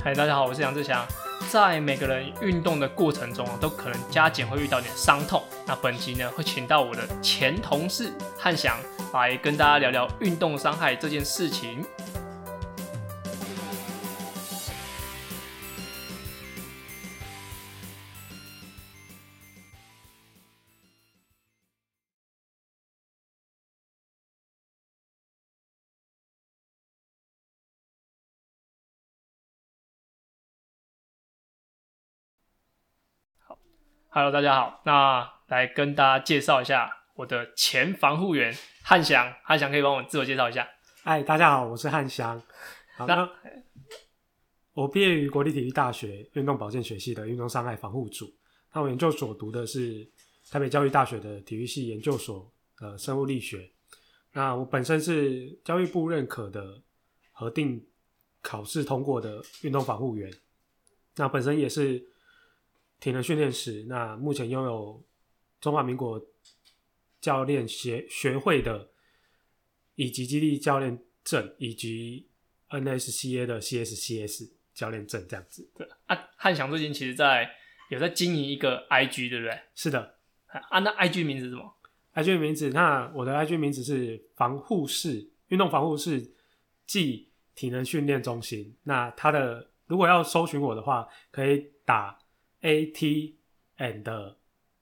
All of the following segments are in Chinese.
嗨，大家好，我是杨志祥。在每个人运动的过程中，都可能加减会遇到点伤痛。那本集呢，会请到我的前同事汉翔来跟大家聊聊运动伤害这件事情。Hello， 大家好，那来跟大家介绍一下我的前防护员汉翔。汉翔可以帮我自我介绍一下？ 嗨，大家好，我是汉翔。好，那我毕业于国立体育大学运动保健学系的运动伤害防护组。那我研究所读的是台北教育大学的体育系研究所生物力学。那我本身是教育部认可的核定考试通过的运动防护员。那本身也是体能训练师，那目前拥有中华民国教练学会的以及肌力教练证，以及 NSCA 的 CSCS 教练证这样子。 对啊，汉翔最近其实有在经营一个 IG， 对不对？ 是的。 啊，那 IG 名字是什么？ IG 名字，那我的 IG 名字是防护室运动防护室暨体能训练中心。那它的如果要搜寻我的话，可以打 AT and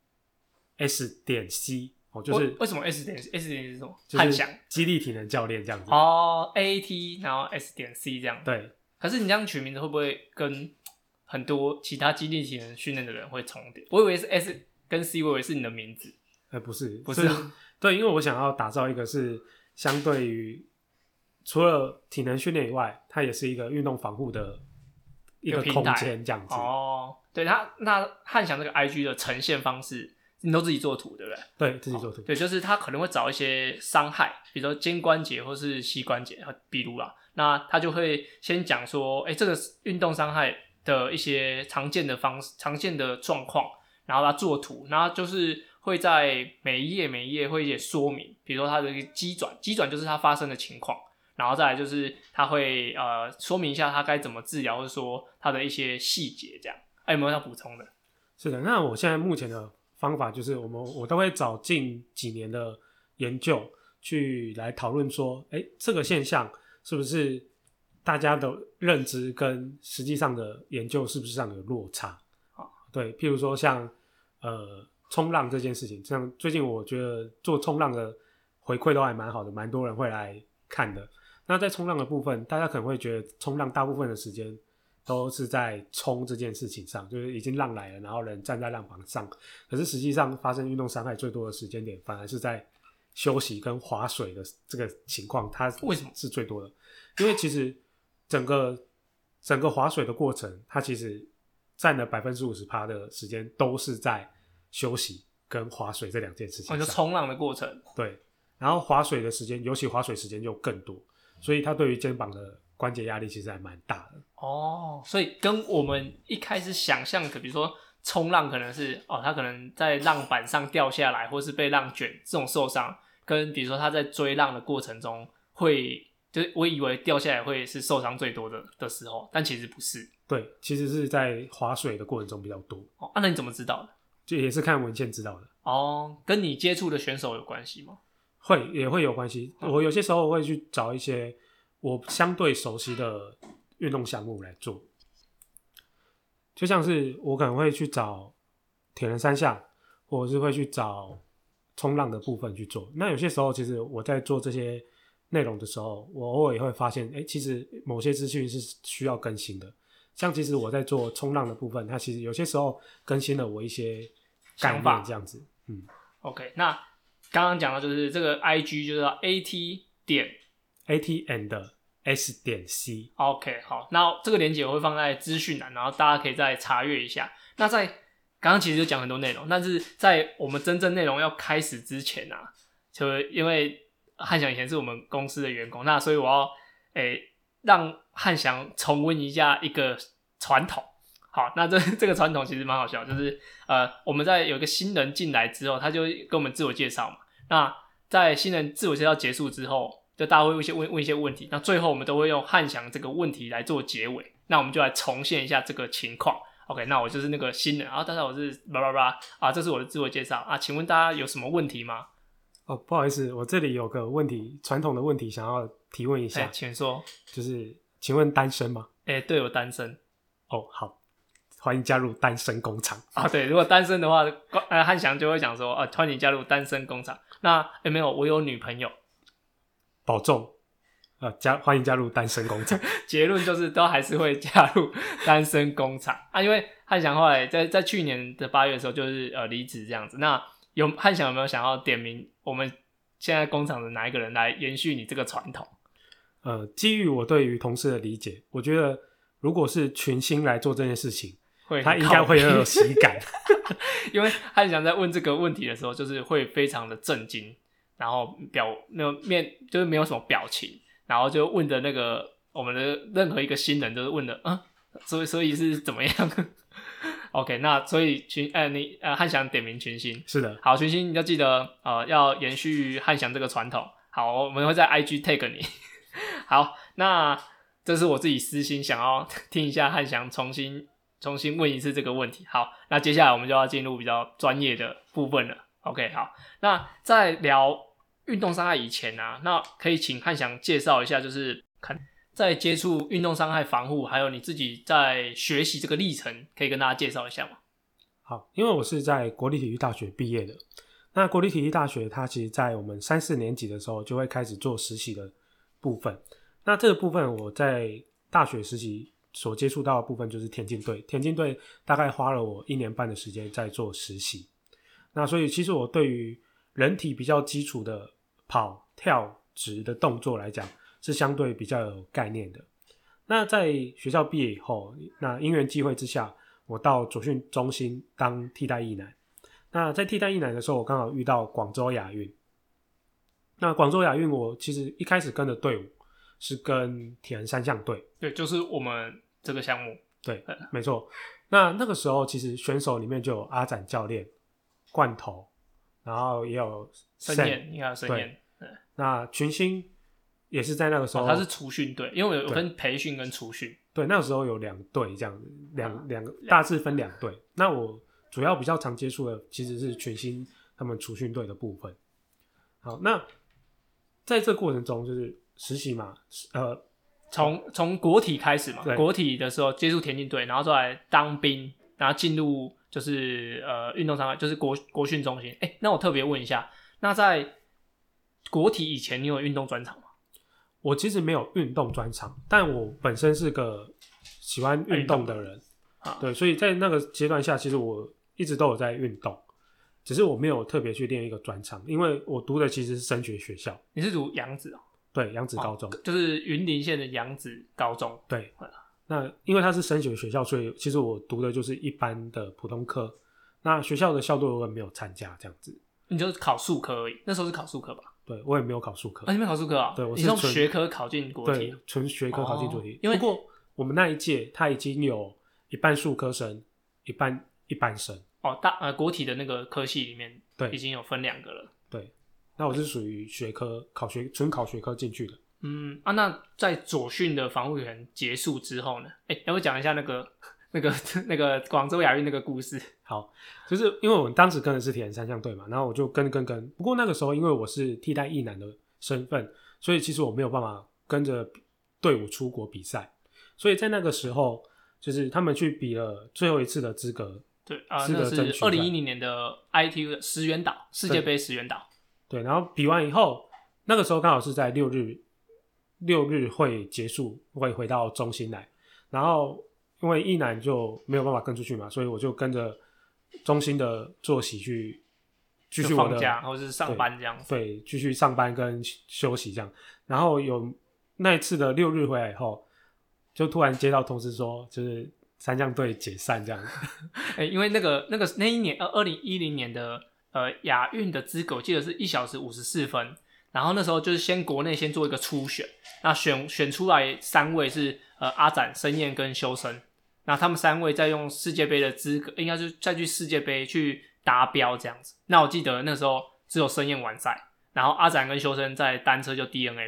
S.C 就是为什么 S 点是什么？ 汉翔肌力体能教练这样子。 哦 ，AT 然后 S.C 这样。 对。 可是你这样取名字会不会跟很多其他肌力体能训练的人会重叠？我以为是 S 跟 C， 我以为是你的名字。 不是， 不是。 对，因为我想要打造一个是相对于除了体能训练以外，它也是一个运动防护的一个空间这样子。 哦，对，那汉翔这个 IG 的呈现方式，你都自己做图对不对？ 对，自己做图。 对，就是他可能会找一些伤害，比如说肩关节或是膝关节，比如啦，那他就会先讲说，这个运动伤害的一些常见的状况，然后他做图，然后就是会在每一页会写说明，比如说它的一个机转就是它发生的情况，然后再来就是他会说明一下他该怎么治疗，或者说他的一些细节这样。有没有要补充的？ 是的，那我现在目前的方法就是我都会找近几年的研究去来讨论说，这个现象是不是大家的认知跟实际上的研究是不是上有落差？对，譬如说像冲浪这件事情，像最近我觉得做冲浪的回馈都还蛮好的，蛮多人会来看的。那在冲浪的部分，大家可能会觉得冲浪大部分的时间都是在冲这件事情上，就是已经浪来了，然后人站在浪板上。可是实际上发生运动伤害最多的时间点，反而是在休息跟划水的这个情况，它为什么是最多的？因为其实整个划水的过程，它其实占了 50% 的时间都是在休息跟划水这两件事情上。 就冲浪的过程。 对，然后划水的时间，尤其划水时间就更多，所以它对于肩膀的关节压力其实还蛮大的。 哦，所以跟我们一开始想象的，比如说冲浪可能是他可能在浪板上掉下来，或是被浪卷这种受伤，跟比如说他在追浪的过程中就是我以为掉下来会是受伤最多的时候，但其实不是。 对，其实是在划水的过程中比较多。 那你怎么知道的？ 就也是看文献知道的。 跟你接触的选手有关系吗？ 也会有关系。我有些时候会去找一些我相对熟悉的运动项目来做，就像是我可能会去找铁人三项，或者是会去找冲浪的部分去做。那有些时候其实我在做这些内容的时候，我偶尔也会发现其实某些资讯是需要更新的。像其实我在做冲浪的部分，它其实有些时候更新了我一些概念这样子。 OK， 那刚刚讲的就是这个 IG 就是 AT and S.C。 OK， 好，那这个连结我会放在资讯栏，然后大家可以再查阅一下。那在刚刚其实就讲很多内容，但是在我们真正内容要开始之前啊，就因为汉翔以前是我们公司的员工，那所以我要让汉翔重温一下一个传统。好，那这个传统其实蛮好笑，就是我们在有一个新人进来之后，他就跟我们自我介绍嘛。那在新人自我介绍结束之后，就大家会问一些问题，那最后我们都会用汉翔这个问题来做结尾。 那我们就来重现一下这个情况。OK， 那我就是那个新人，然后大家我是叭叭叭啊，这是我的自我介绍啊，请问大家有什么问题吗？ 哦，不好意思，我这里有个问题，传统的问题想要提问一下， 请说。 就是请问单身吗？ 对，我单身。 哦，好，欢迎加入单身工厂啊。对，如果单身的话，汉翔就会讲说，欢迎加入单身工厂。那没有，我有女朋友。 保重。欢迎加入单身工厂。 结论就是都还是会加入单身工厂啊，因为汉翔后来在去年的8月的时候就是离职这样子。那汉翔有没有想要点名我们现在工厂的哪一个人来延续你这个传统？ 基于我对于同事的理解，我觉得如果是群星来做这件事情，他应该会很有喜感。 因为汉翔在问这个问题的时候，就是会非常的震惊，然后面就是没有什么表情。然后就问的那个我们的任何一个新人，就是问的所以是怎么样？OK， 那所以汉翔点名群星， 是的， 好，群星你要记得要延续汉翔这个传统。好，我们会在 IG tag 你。好，那这是我自己私心想要听一下汉翔重新问一次这个问题。好，那接下来我们就要进入比较专业的部分了。OK， 好，那在聊运动伤害以前啊，那可以请汉翔介绍一下，就是在接触运动伤害防护，还有你自己在学习这个历程，可以跟大家介绍一下吗？ 好，因为我是在国立体育大学毕业的，那国立体育大学它其实在我们3、4年级的时候就会开始做实习的部分。那这个部分我在大学实习所接触到的部分就是田径队，田径队大概花了我1年半的时间在做实习。那所以其实我对于人体比较基础的跑、跳、直的动作来讲，是相对比较有概念的。那在学校毕业以后，那因缘际会之下，我到左训中心当替代役男。那在替代役男的时候，我刚好遇到广州亚运。那广州亚运，我其实一开始跟的队伍是跟铁人3项队， 对，就是我们这个项目。 对，没错。那个时候，其实选手里面就有阿展教练、罐头，然后也有申燕，应该有申燕。 那群星也是在那个时候， 他是储训队，因为有分培训跟储训。 对，那个时候有2队这样子，两个大致分2队。那我主要比较常接触的其实是群星他们储训队的部分。好，那在这个过程中就是实习嘛， 从国体开始嘛，国体的时候接触田径队，然后再来当兵，然后进入就是运动伤害，就是国训中心。那我特别问一下，那在国体以前你有运动专长吗？ 我其实没有运动专长，但我本身是个喜欢运动的人，对，所以在那个阶段下，其实我一直都有在运动，只是我没有特别去练一个专长，因为我读的其实是升学学校。 你是读扬子哦？ 对，扬子高中， 就是云林县的扬子高中。 对，那因为它是升学学校，所以其实我读的就是一般的普通科。那学校的校队我也没有参加，这样子。 你就是考数科而已，那时候是考数科吧？ 对，我也没有考数科。 你没考数科啊？ 对，我是你用学科考进国体。 对，纯学科考进国体。 因为不过我们那一届他已经有一半数科生，一半一般生。 国体的那个科系里面， 对， 已经有分2个了。 对，那我是属于学科纯考学科进去的。 那在左训的防护员结束之后呢？要不讲一下那个广州亚运那个故事？ 好，就是因为我们当时跟的是铁人3项队嘛，然后我就跟。不过那个时候因为我是替代役男的身份，所以其实我没有办法跟着队伍出国比赛，所以在那个时候，就是他们去比了最后一次的资格。 对那是2010年的 ITU 的石原岛世界杯石原岛。 对，然后比完以后，那个时候刚好是在6日会结束，会回到中心来，然后因为役男就没有办法跟出去嘛，所以我就跟着中心的作息去继续我的放假或是上班这样子。 对，继续上班跟休息这样。然后有那一次的6日回来以后，就突然接到通知说，就是3项队解散这样。 因为那一年2010年的亚运的资格，我记得是1小时54分。然后那时候就是国内先做一个初选，那选出来3位是阿展、申燕跟修身，那他们3位再用世界杯的资格，应该是再去世界杯去达标这样子。那我记得那时候只有申燕完赛，然后阿展跟修身在单车就 DNF，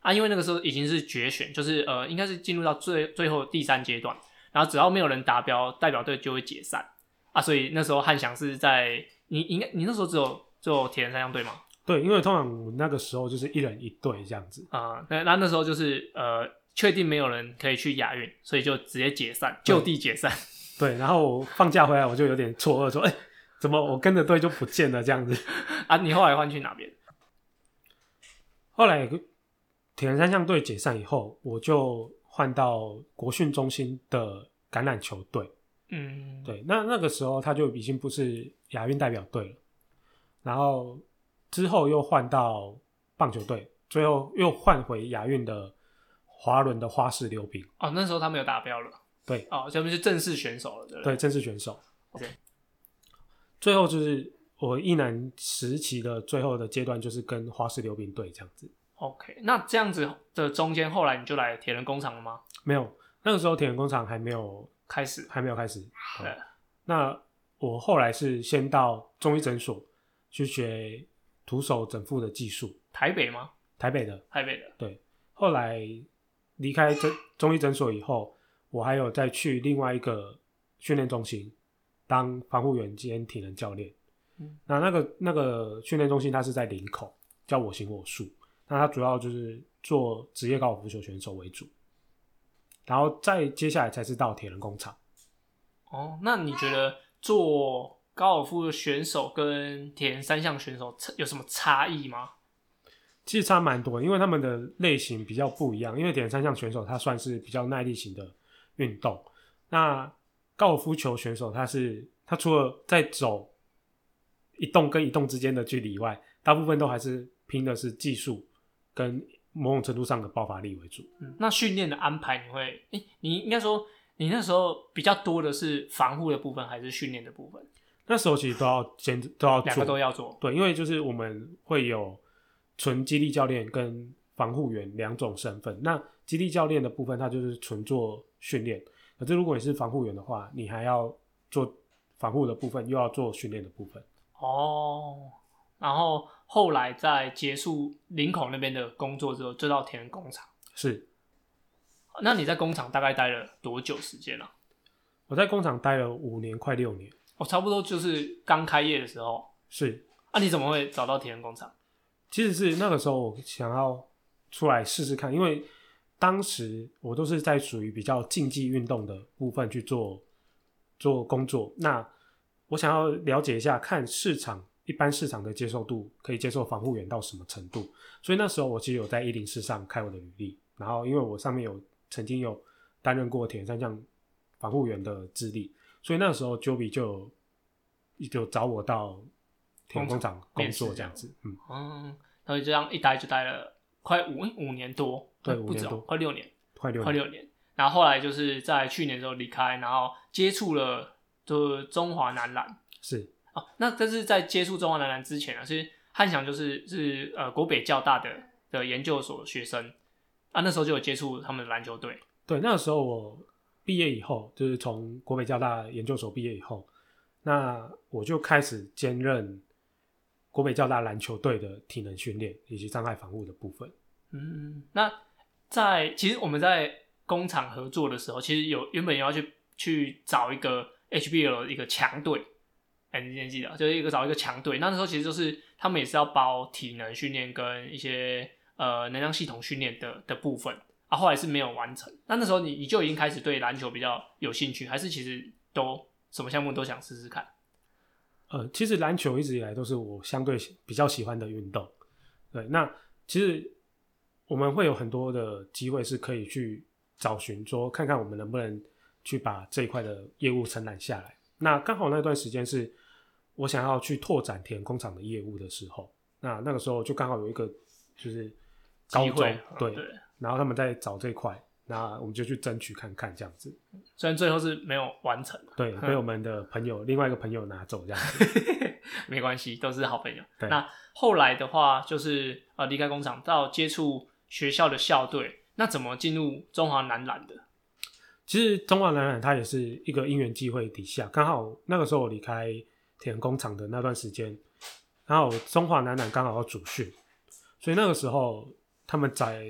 啊，因为那个时候已经是决选，就是应该是进入到最后第3阶段，然后只要没有人达标，代表队就会解散啊，所以那时候汉翔是在你那时候只有铁人三项队吗？ 对，因为通常我们那个时候就是1人1队这样子啊、那时候就是确定没有人可以去亚运，所以就直接解散，就地解散。 对，然后我放假回来我就有点错愕，说怎么我跟着队就不见了这样子啊？你后来换去哪边？ 后来铁人三项队解散以后，我就换到国训中心的橄榄球队。对，那个时候他就已经不是亚运代表队了，然后之后又换到棒球队，最后又换回亚运的滑轮的花式溜冰。 哦，那时候他没有达标了。 对， 哦，这边是正式选手了，对不对？ 对，正式选手。 OK， 最后就是我一男时期的最后的阶段，就是跟花式溜冰队这样子。 OK，那这样子的中间，后来你就来铁人工厂了吗？ 没有，那个时候铁人工厂还没有开始。 对， 那我后来是先到中医诊所去学徒手整复的技术。 台北吗？ 台北的。对，后来离开中医诊所以后，我还有再去另外一个训练中心当防护员兼体能教练。那个训练中心它是在林口，叫我行我素。那它主要就是做职业高尔夫球选手为主，然后再接下来才是到铁人工厂。 哦，那你觉得做高尔夫的选手跟铁人三项选手有什么差异吗？ 其实差蛮多的，因为他们的类型比较不一样。因为铁人三项选手他算是比较耐力型的运动，那高尔夫球选手他除了在走一洞跟一洞之间的距离以外，大部分都还是拼的是技术跟某种程度上的爆发力为主。 那训练的安排你应该说你那时候比较多的是防护的部分还是训练的部分？ 那时候其实都要做， 两个都要做。 对，因为就是我们会有纯肌力教练跟防护员2种身份。那肌力教练的部分，他就是纯做训练；可是如果你是防护员的话，你还要做防护的部分，又要做训练的部分。 哦，然后后来在结束林口那边的工作之后，就到铁人工厂。 是。 那你在工厂大概待了多久时间啊？ 我在工厂待了5年，快6年。 差不多就是刚开业的时候。 是。 你怎么会找到铁人工厂？ 其实是那个时候我想要出来试试看，因为当时我都是在属于比较竞技运动的部分去做工作。那我想要了解一下，看一般市场的接受度，可以接受防护员到什么程度。所以那时候我其实有在104上开我的履历，然后因为我上面曾经有担任过铁人三项防护员的资历，所以那时候 Joby 就找我到铁人工厂工作这样子。 然后就这样一待就待了快5年多。 对，5年多， 快6年。 快6年。 然后后来就是在去年的时候离开，然后接触了就是中华男篮。 是。 那但是在接触中华男篮之前其实汉翔是国北教大的研究所学生那时候就有接触他们的篮球队。 对，那个时候我毕业以后，就是从国北教大研究所毕业以后，那我就开始兼任国北教大篮球队的体能训练以及障碍防护的部分。 那其实我们在工厂合作的时候，其实原本要去找一个 HBL 的一个强队。你记得就是找一个强队，那时候其实就是他们也是要包体能训练跟一些能量系统训练的部分后来是没有完成。那时候你就已经开始对篮球比较有兴趣，还是其实都什么项目都想试试看？ 其实篮球一直以来都是我相对比较喜欢的运动。对，那其实我们会有很多的机会是可以去找寻说看看我们能不能去把这一块的业务承揽下来。那刚好那段时间是我想要去拓展铁人工厂的业务的时候，那个时候就刚好有一个就是高中，对，然后他们在找这一块，那我们就去争取看看这样子。 虽然最后是没有完成， 对，被我们的另外一个朋友拿走这样子。 没关系，都是好朋友。 对， 那后来的话就是离开工厂到接触学校的校队，那怎么进入中华男篮的？ 其实中华男篮它也是一个因缘际会底下，刚好那个时候我离开铁人工厂的那段时间，然后中华男篮刚好要主训，所以那个时候他们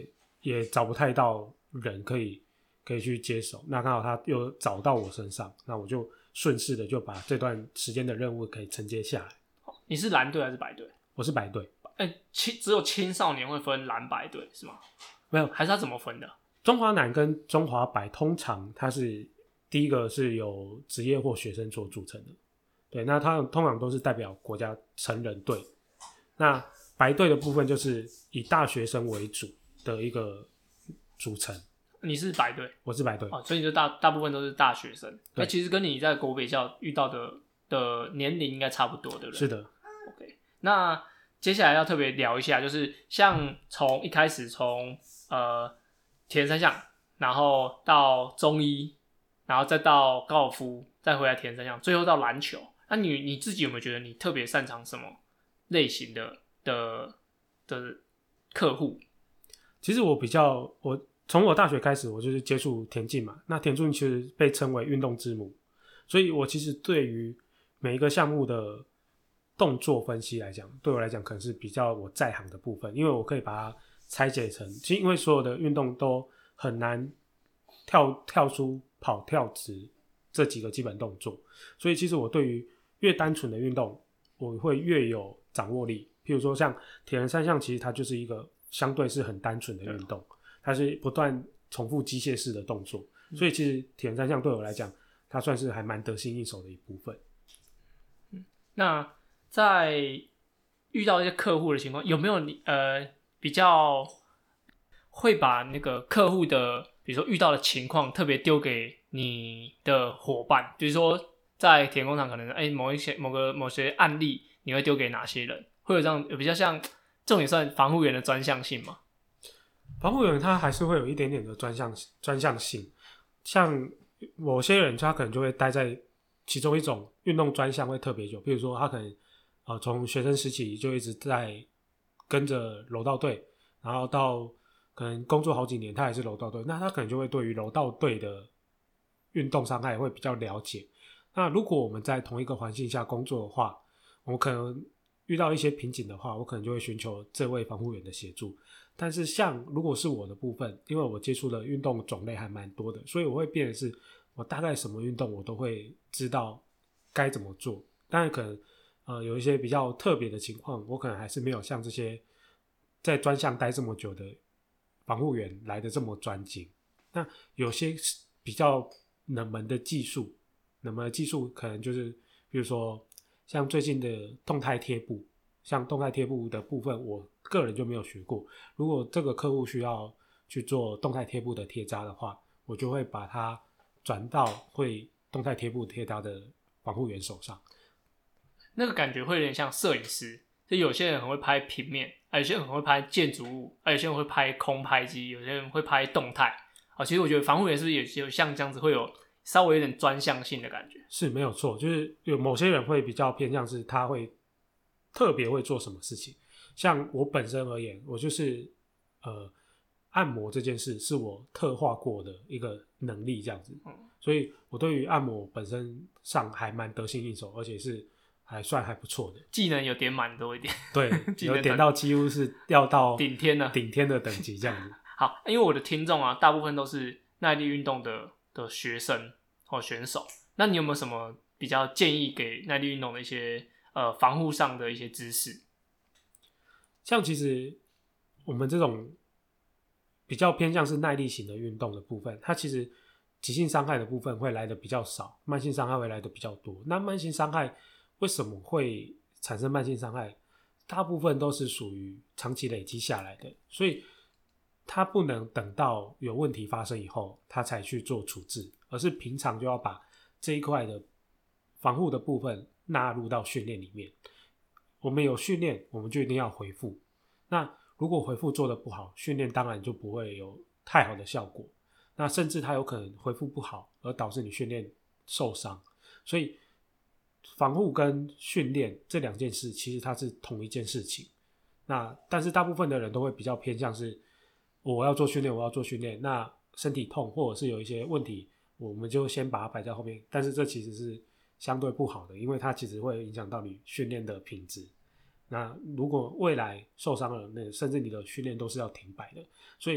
也找不太到人可以去接手。那刚好他又找到我身上，那我就顺势的就把这段时间的任务可以承接下来。 你是蓝队还是白队？ 我是白队。 只有青少年会分蓝白队是吗？ 没有， 还是他怎么分的？ 中华男跟中华白通常它是第一个是由职业或学生所组成的，对，那他们通常都是代表国家成人队。那白队的部分就是以大学生为主的一个组成。 你是白队， 我是白队， 所以你就大部分都是大学生。那其实跟你在国北校遇到的年龄应该差不多，对不对？ 是的。 OK， 那接下来要特别聊一下，就是像从一开始从铁人三项，然后到中医，然后再到高尔夫，再回来铁人三项，最后到篮球。那你自己有没有觉得你特别擅长什么类型的客户？ 其实我从我大学开始，我就是接触田径嘛。那田径其实被称为运动之母，所以我其实对于每一个项目的动作分析来讲，对我来讲可能是比较我在行的部分，因为我可以把它拆解成，其实因为所有的运动都很难跳出跑、跳、直这几个基本动作，所以其实我对于越单纯的运动，我会越有掌握力。譬如说像铁人三项，其实它就是一个相对是很单纯的运动，它是不断重复机械式的动作，所以其实铁人三项对我来讲，它算是还蛮得心应手的一部分。 那在遇到一些客户的情况，有没有你比较会把那个客户的，比如说遇到的情况特别丢给你的伙伴？比如说在田工厂可能某些案例，你会丢给哪些人？会有这样比较像这种也算防护员的专项性吗？ 防护员他还是会有一点点的专项性，像某些人他可能就会待在其中一种运动专项会特别久，比如说他可能从学生时期就一直在跟着柔道队，然后到可能工作好几年他还是柔道队，那他可能就会对于柔道队的运动伤害会比较了解。那如果我们在同一个环境下工作的话，我们可能遇到一些瓶颈的话，我可能就会寻求这位防护员的协助。但是像如果是我的部分，因为我接触的运动种类还蛮多的，所以我会变成是我大概什么运动我都会知道该怎么做。当然可能有一些比较特别的情况，我可能还是没有像这些在专项待这么久的防护员来的这么专精。那有些比较冷门的技术可能就是比如说像最近的动态贴布，像动态贴布的部分我个人就没有学过，如果这个客户需要去做动态贴布的贴扎的话，我就会把它转到会动态贴布贴扎的防护员手上。 那个感觉会有点像摄影师，就有些人很会拍平面，有些人很会拍建筑物，有些人会拍空拍机，有些人会拍动态。其实我觉得防护员是不是也有像这样子会有稍微有点专项性的感觉？ 是没有错，就是有某些人会比较偏向是他会特别会做什么事情。像我本身而言，我就是按摩这件事是我特化过的一个能力这样子，所以我对于按摩本身上还蛮得心应手，而且是还算还不错的， 技能有点满多一点， 对，有点到几乎是要到顶天的等级这样子。 好，因为我的听众啊，大部分都是耐力运动的学生或选手，那你有没有什么比较建议给耐力运动的一些防护上的一些知识？ 像其实我们这种比较偏向是耐力型的运动的部分，它其实急性伤害的部分会来的比较少，慢性伤害会来的比较多。那慢性伤害为什么会产生慢性伤害？大部分都是属于长期累积下来的，所以它不能等到有问题发生以后它才去做处置，而是平常就要把这一块的防护的部分纳入到训练里面。我们有训练，我们就一定要回复。那如果回复做得不好，训练当然就不会有太好的效果。那甚至它有可能回复不好，而导致你训练受伤。所以防护跟训练这两件事其实它是同一件事情。那但是大部分的人都会比较偏向是我要做训练，那身体痛或者是有一些问题，我们就先把它摆在后面。但是这其实是相对不好的，因为它其实会影响到你训练的品质。那如果未来受伤了，那甚至你的训练都是要停摆的。所以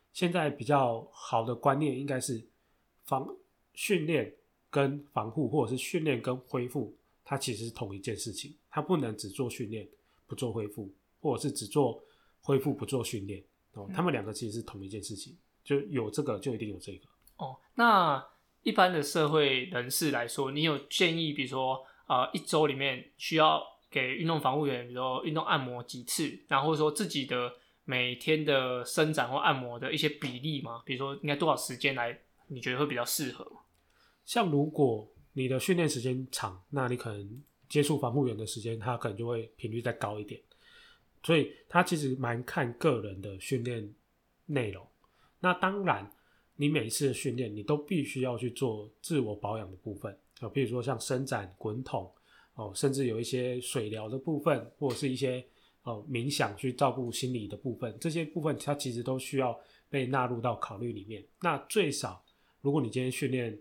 现在比较好的观念应该是训练跟防护，或者是训练跟恢复，它其实是同一件事情，它不能只做训练不做恢复，或者是只做恢复不做训练他们两个其实是同一件事情，就有这个就一定有这个。 那一般的社会人士来说，你有建议，比如说一周里面需要给运动防护员，比如说运动按摩几次，然后或者说自己的每天的伸展或按摩的一些比例吗？比如说应该多少时间来，你觉得会比较适合？ 像如果你的训练时间长，那你可能接触防护员的时间，它可能就会频率再高一点，所以它其实蛮看个人的训练内容。那当然，你每一次的训练，你都必须要去做自我保养的部分，比如说像伸展、滚筒，甚至有一些水疗的部分，或者是一些冥想去照顾心理的部分，这些部分它其实都需要被纳入到考虑里面。那最少，如果你今天训练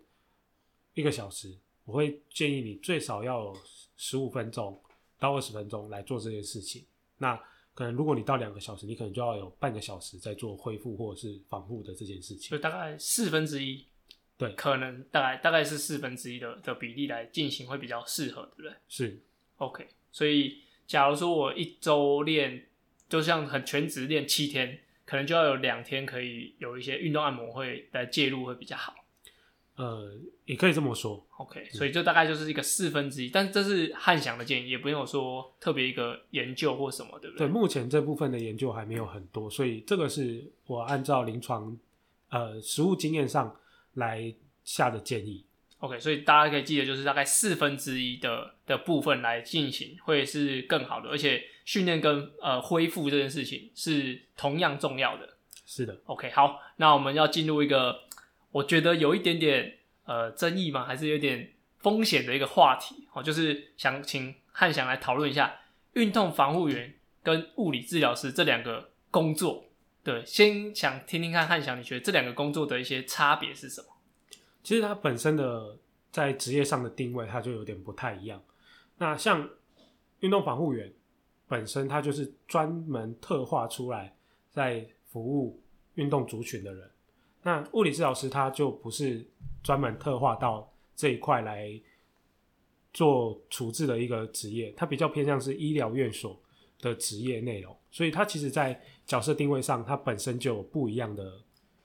1个小时，我会建议你最少要有15分钟到20分钟来做这件事情。那可能如果你到2个小时，你可能就要有半个小时在做恢复或者是防护的这件事情。 就大概1/4， 对， 可能大概是1/4的比例来进行会比较适合，对不对？ 是 OK， 所以假如说我一周练，就像很全职练7天，可能就要有2天可以有一些运动按摩会来介入会比较好。 也可以这么说。 OK， 所以就大概就是一个1/4，但这是汉翔的建议，也不用说特别一个研究或什么，对不对？ 对，目前这部分的研究还没有很多，所以这个是我按照临床实务经验上来下的建议。 OK， 所以大家可以记得，就是大概1/4的部分来进行，会是更好的，而且训练跟恢复这件事情是同样重要的。 是的。 OK， 好，那我们要进入一个我觉得有一点点争议吗？还是有点风险的一个话题，就是想请汉翔来讨论一下运动防护员跟物理治疗师这两个工作。对，先想听听看汉翔，你觉得这两个工作的一些差别是什么？ 其实它本身的在职业上的定位，它就有点不太一样。那像运动防护员本身，它就是专门特化出来在服务运动族群的人。那物理治疗师他就不是专门特化到这一块来做处置的一个职业，它比较偏向是医疗院所的职业内容，所以它其实在角色定位上，它本身就有不一样的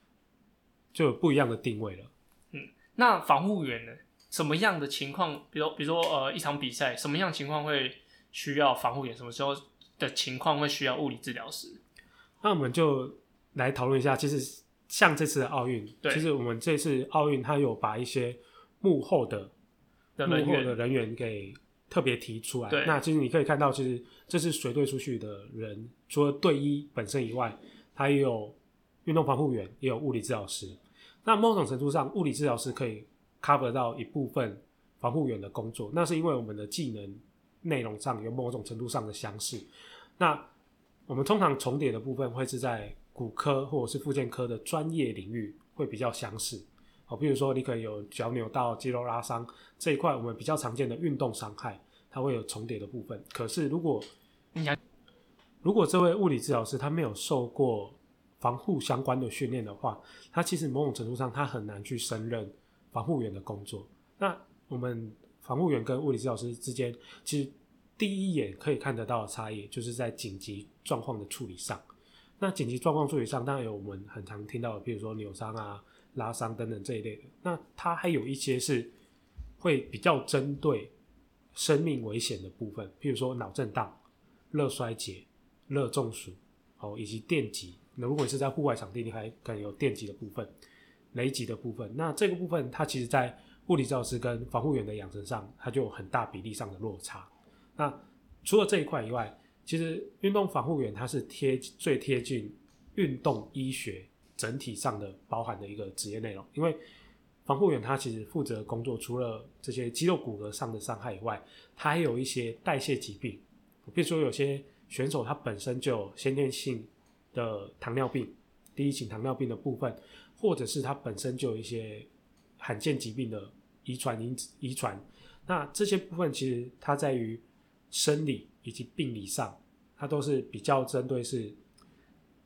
定位了。 那防护员呢？什么样的情况，比如说一场比赛，什么样的情况会需要防护员？什么时候的情况会需要物理治疗师？ 那我们就来讨论一下，其实像这次的奥运，其实我们这次奥运它有把一些幕后的人员给特别提出来。那其实你可以看到，其实这次随队出去的人，除了队医本身以外，他也有运动防护员，也有物理治疗师。那某种程度上，物理治疗师可以 cover 到一部分防护员的工作，那是因为我们的技能内容上有某种程度上的相似。那我们通常重叠的部分会是在骨科或者是复健科的专业领域会比较相似。比如说你可能有脚扭到、肌肉拉伤这一块，我们比较常见的运动伤害，它会有重叠的部分。可是如果这位物理治疗师他没有受过防护相关的训练的话，他其实某种程度上他很难去胜任防护员的工作。那我们防护员跟物理治疗师之间，其实第一眼可以看得到的差异，就是在紧急状况的处理上。那紧急状况处理上，当然有我们很常听到的，比如说扭伤啊、拉伤等等这一类的。那它还有一些是会比较针对生命危险的部分，譬如说脑震荡、热衰竭、热中暑，以及电击。那如果你是在户外场地，你还可能有电击的部分、雷击的部分。那这个部分，它其实在物理治疗师跟防护员的养成上，它就有很大比例上的落差。那除了这一块以外，其实运动防护员它是最贴近运动医学整体上的包含的一个职业内容，因为防护员他其实负责工作，除了这些肌肉骨骼上的伤害以外，他还有一些代谢疾病，比如说有些选手他本身就有先天性的糖尿病、第一型糖尿病的部分，或者是他本身就有一些罕见疾病的遗传，那这些部分其实它在于生理以及病理上，它都是比较针对是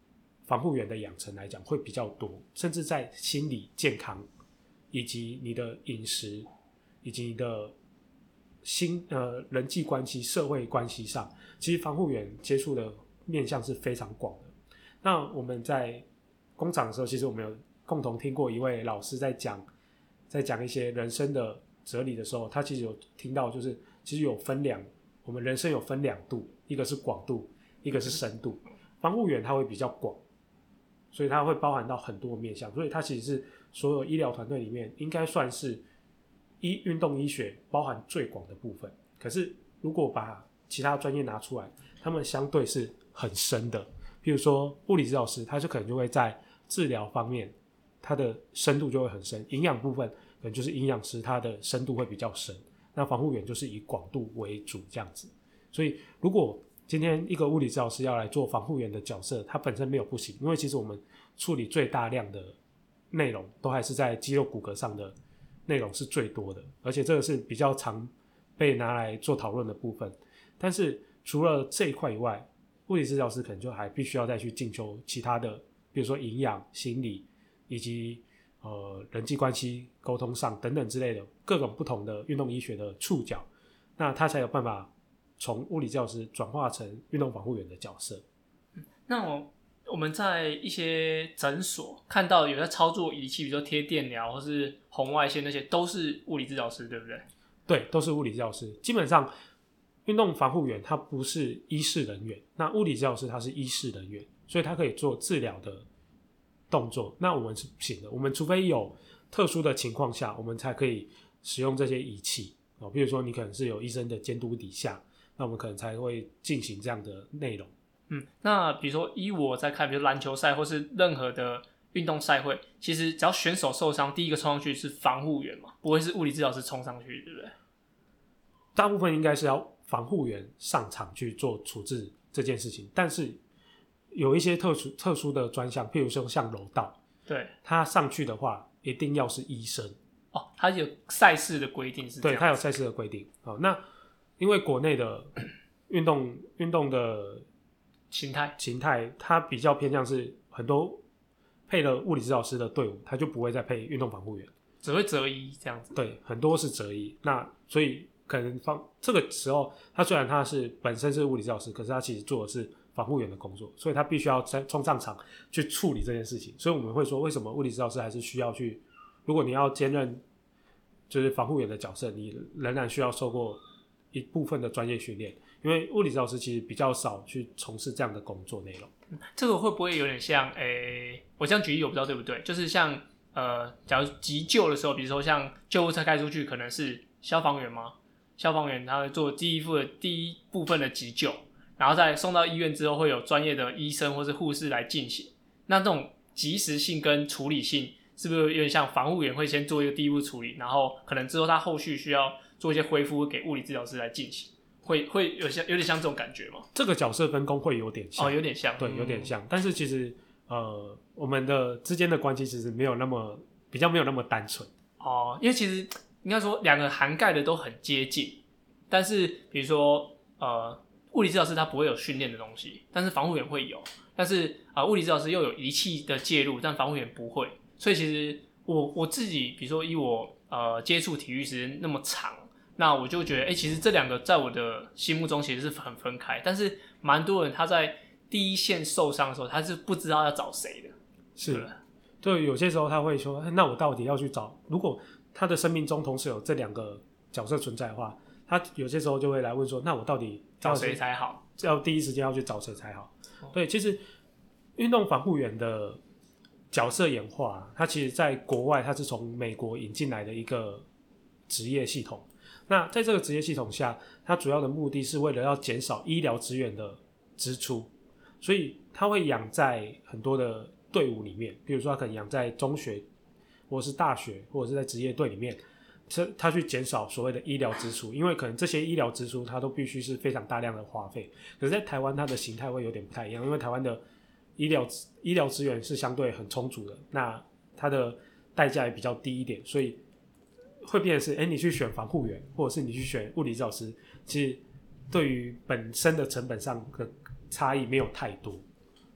防护员的养成来讲会比较多，甚至在心理健康以及你的饮食以及你的人际关系、社会关系上，其实防护员接触的面向是非常广的。那我们在工厂的时候，其实我们有共同听过一位老师在讲一些人生的哲理的时候，他其实有听到，就是其实我们人生有分两度，一个是广度，一个是深度。防护员他会比较广，所以它会包含到很多面向，所以它其实是所有医疗团队里面应该算是运动医学包含最广的部分。可是如果把其他专业拿出来，他们相对是很深的。譬如说物理治疗师，他就可能就会在治疗方面，他的深度就会很深。营养部分可能就是营养师，他的深度会比较深。那防护员就是以广度为主这样子。所以如果今天一个物理治疗师要来做防护员的角色，他本身没有不行，因为其实我们处理最大量的内容都还是在肌肉骨骼上的内容是最多的，而且这个是比较常被拿来做讨论的部分。但是除了这一块以外，物理治疗师可能就还必须要再去进修其他的，比如说营养、心理以及人际关系、沟通上等等之类的各种不同的运动医学的触角，那他才有办法从物理治疗师转化成运动防护员的角色。 那我们在一些诊所看到有在操作仪器，比如说贴电疗或是红外线，那些都是物理治疗师，对不对？ 对，都是物理治疗师。基本上运动防护员他不是医事人员，那物理治疗师他是医事人员，所以他可以做治疗的动作。那我们是不行的，我们除非有特殊的情况下，我们才可以使用这些仪器。比如说你可能是有医生的监督底下，那我们可能才会进行这样的内容。 那比如说依我在看，比如篮球赛或是任何的运动赛会，其实只要选手受伤，第一个冲上去是防护员嘛，不会是物理治疗师冲上去，对不对？ 大部分应该是要防护员上场去做处置这件事情，但是有一些特殊的专项，譬如说像柔道， 对， 他上去的话一定要是医生。 他有赛事的规定是这样， 对，他有赛事的规定。那因为国内的运动的形态， 它比较偏向是很多配了物理治疗师的队伍，他就不会再配运动防护员， 只会择一这样子。 对，很多是择一。那所以可能这个时候，他虽然他是本身是物理治疗师，可是他其实做的是防护员的工作，所以他必须要冲上场去处理这件事情。所以我们会说，为什么物理治疗师还是需要去，如果你要兼任就是防护员的角色，你仍然需要受过一部分的专业训练，因为物理治疗师其实比较少去从事这样的工作内容。 这个会不会有点像我这样举例我不知道对不对，就是像假如急救的时候，比如说像救护车开出去，可能是消防员吗？消防员他会做第一部分的急救，然后再送到医院之后会有专业的医生或是护士来进行。那这种及时性跟处理性是不是有点像防护员会先做一个第一步处理，然后可能之后他后续需要做一些恢复给物理治疗师来进行，会有点像这种感觉吗？ 这个角色分工会有点像， 有点像， 对，有点像。但是其实我们的之间的关系其实比较没有那么单纯。 因为其实应该说两个涵盖的都很接近，但是比如说物理治疗师他不会有训练的东西，但是防护员会有，但是物理治疗师又有仪器的介入，但防护员不会。所以其实我自己，比如说以我接触体育时间那么长，那我就觉得其实这两个在我的心目中其实是很分开，但是蛮多人他在第一线受伤的时候，他是不知道要找谁的。 是，对，有些时候他会说，那我到底要去找，如果他的生命中同时有这两个角色存在的话，他有些时候就会来问说，那我到底找谁才好？ 要第一时间要去找谁才好？对，其实运动防护员的角色演化，它其实在国外它是从美国引进来的一个职业系统。那在这个职业系统下，它主要的目的是为了要减少医疗资源的支出，所以它会养在很多的队伍里面，比如说它可能养在中学或者是大学或者是在职业队里面，它去减少所谓的医疗支出，因为可能这些医疗支出它都必须是非常大量的花费。可是在台湾它的形态会有点不太一样，因为台湾的医疗资源是相对很充足的，那它的代价也比较低一点，所以会变成是你去选防护员或者是你去选物理治疗师，其实对于本身的成本上的差异没有太多。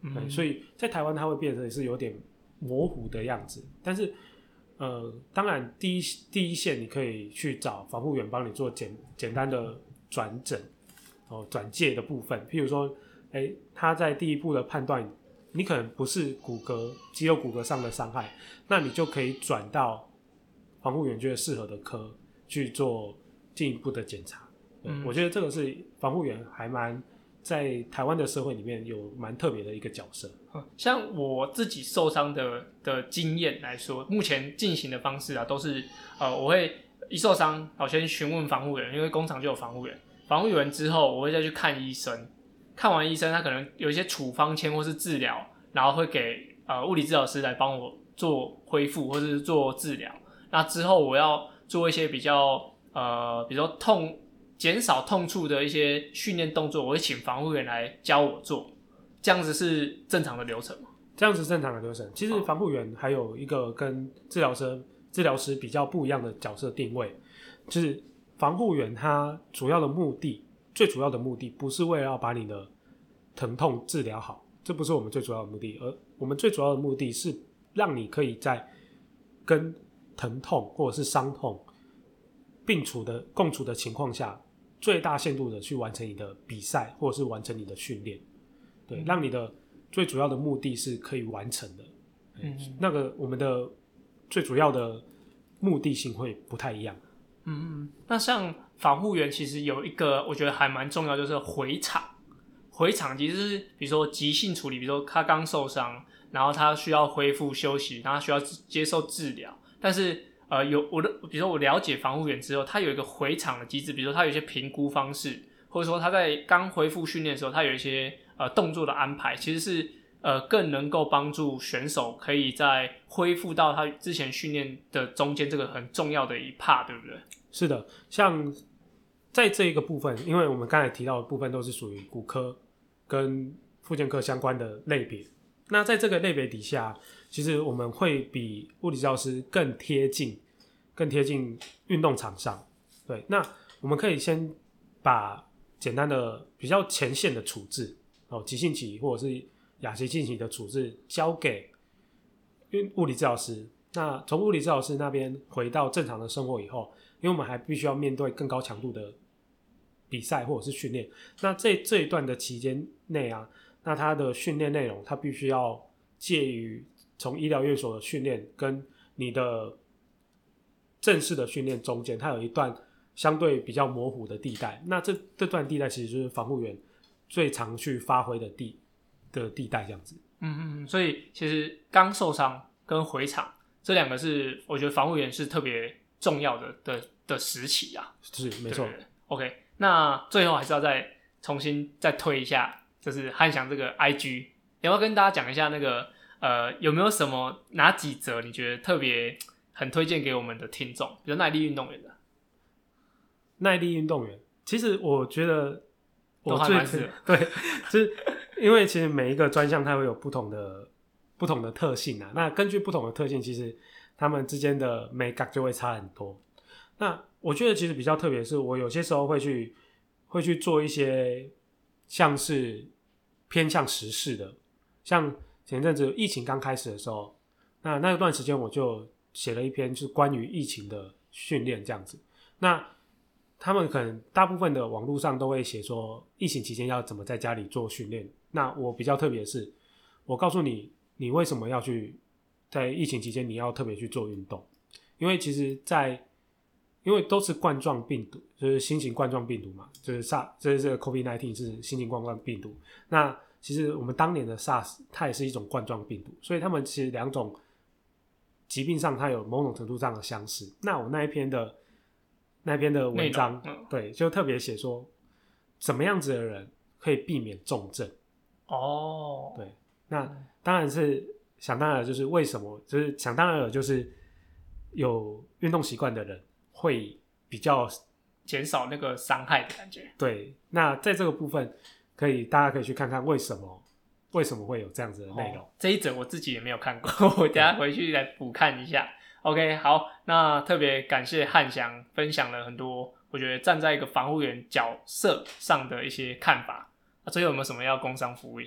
对，所以在台湾它会变成是有点模糊的样子，但是当然第一线你可以去找防护员帮你做简单的转诊转介的部分，譬如说他在第一步的判断你可能不是肌肉骨骼上的伤害，那你就可以转到防护员觉得适合的科去做进一步的检查。我觉得这个是防护员还蛮在台湾的社会里面有蛮特别的一个角色。 像我自己受伤的经验来说，目前进行的方式啊，都是我会一受伤，我先询问防护员，因为工厂就有防护员。防护员之后，我会再去看医生，看完医生，他可能有一些处方签或是治疗，然后会给物理治疗师来帮我做恢复或是做治疗。那之后我要做一些比较比如说减少痛处的一些训练动作，我会请防护员来教我做，这样子是正常的流程吗？ 这样是正常的流程。其实防护员还有一个跟治疗师比较不一样的角色定位，就是防护员他最主要的目的不是为了要把你的疼痛治疗好，这不是我们最主要的目的，而我们最主要的目的是让你可以在跟疼痛或者是伤痛共处的情况下，最大限度的去完成你的比赛或者是完成你的训练，对，让你的最主要的目的是可以完成的。那个我们的最主要的目的性会不太一样。 那像防护员其实有一个我觉得还蛮重要，就是回场。回场其实是比如说急性处理，比如说他刚受伤，然后他需要恢复休息，然后他需要接受治疗，但是比如说我了解防护员之后，他有一个回场的机制，比如说他有一些评估方式，或者说他在刚恢复训练的时候，他有一些动作的安排，其实是更能够帮助选手可以在恢复到他之前训练的中间这个很重要的一 part， 对不对？ 是的，像在这一个部分，因为我们刚才提到的部分都是属于骨科跟复健科相关的类别，那在这个类别底下，其实我们会比物理治疗师更贴近运动场上。对，那我们可以先把简单的比较前线的处置急性期或者是亚急性期的处置交给物理治疗师，那从物理治疗师那边回到正常的生活以后，因为我们还必须要面对更高强度的比赛或者是训练，那这一段的期间内啊，那他的训练内容他必须要介于从医疗院所的训练跟你的正式的训练中间，它有一段相对比较模糊的地带，那这段地带其实就是防护员最常去发挥的地带这样子。 所以其实刚受伤跟回场这两个是我觉得防护员是特别重要的时期啊。 是没错。 OK， 那最后还是要重新推一下，就是汉翔这个 IG， 要不要跟大家讲一下那个有没有什么哪几则你觉得特别很推荐给我们的听众，比如耐力运动员的？ 耐力运动员，其实我觉得都还蛮适合， 对，就是因为其实每一个专项它会有不同的特性啊，那根据不同的特性，其实他们之间的美感就会差很多。那我觉得其实比较特别的是，我有些时候会去做一些像是偏向时事的，像前阵子疫情刚开始的时候，那段时间我就写了一篇就是关于疫情的训练这样子。那他们可能大部分的网络上都会写说疫情期间要怎么在家里做训练，那我比较特别的是，我告诉你为什么要去在疫情期间你要特别去做运动，因为其实因为都是冠状病毒，就是新型冠状病毒嘛，就是这个 COVID-19 是新型冠状病毒。那其实我们当年的 SARS 它也是一种冠状病毒，所以他们其实两种疾病上它有某种程度上的相似。那我那一篇的文章，对，就特别写说怎么样子的人可以避免重症。对，那当然是想当然的就是为什么，就是想当然的就是有运动习惯的人会比较减少那个伤害的感觉。 对，那在这个部分大家可以去看看为什么会有这样子的内容。 这一则我自己也没有看过，我等一下回去来补看一下。OK， 好，那特别感谢汉翔分享了很多我觉得站在一个防护员角色上的一些看法。最后有没有什么要工商服务一下？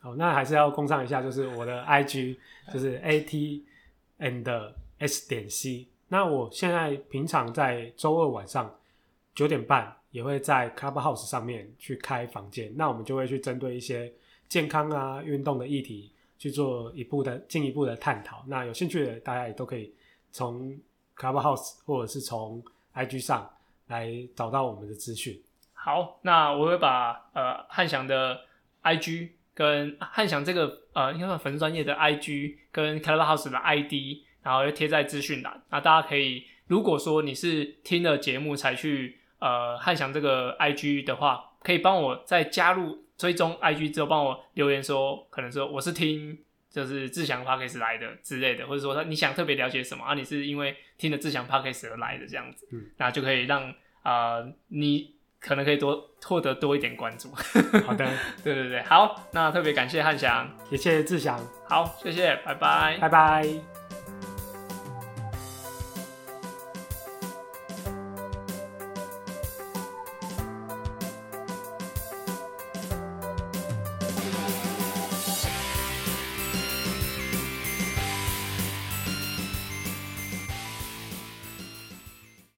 好，那还是要工商一下，就是我的 IG 就是 AT&S.C。那我现在平常在周二晚上9点半也会在 Clubhouse 上面去开房间，那我们就会去针对一些健康啊、运动的议题去做进一步的探讨。那有兴趣的大家也都可以从 Clubhouse 或者是从 IG 上来找到我们的资讯。 好，那我会把汉翔的 IG 跟汉翔这个应该算粉丝专页的 IG 跟 Clubhouse 的 ID， 然后又贴在资讯栏。那大家可以，如果说你是听了节目才去汉翔这个 IG 的话，可以帮我在加入追踪 IG 之后帮我留言说，可能说我是听就是志祥 Podcast 来的之类的，或者说你想特别了解什么啊，你是因为听了志祥 Podcast 而来的这样子，那就可以让你可能可以获得多一点关注。 好的， 对对对，好，那特别感谢汉翔， 也谢谢志祥， 好，谢谢，拜拜， 拜拜。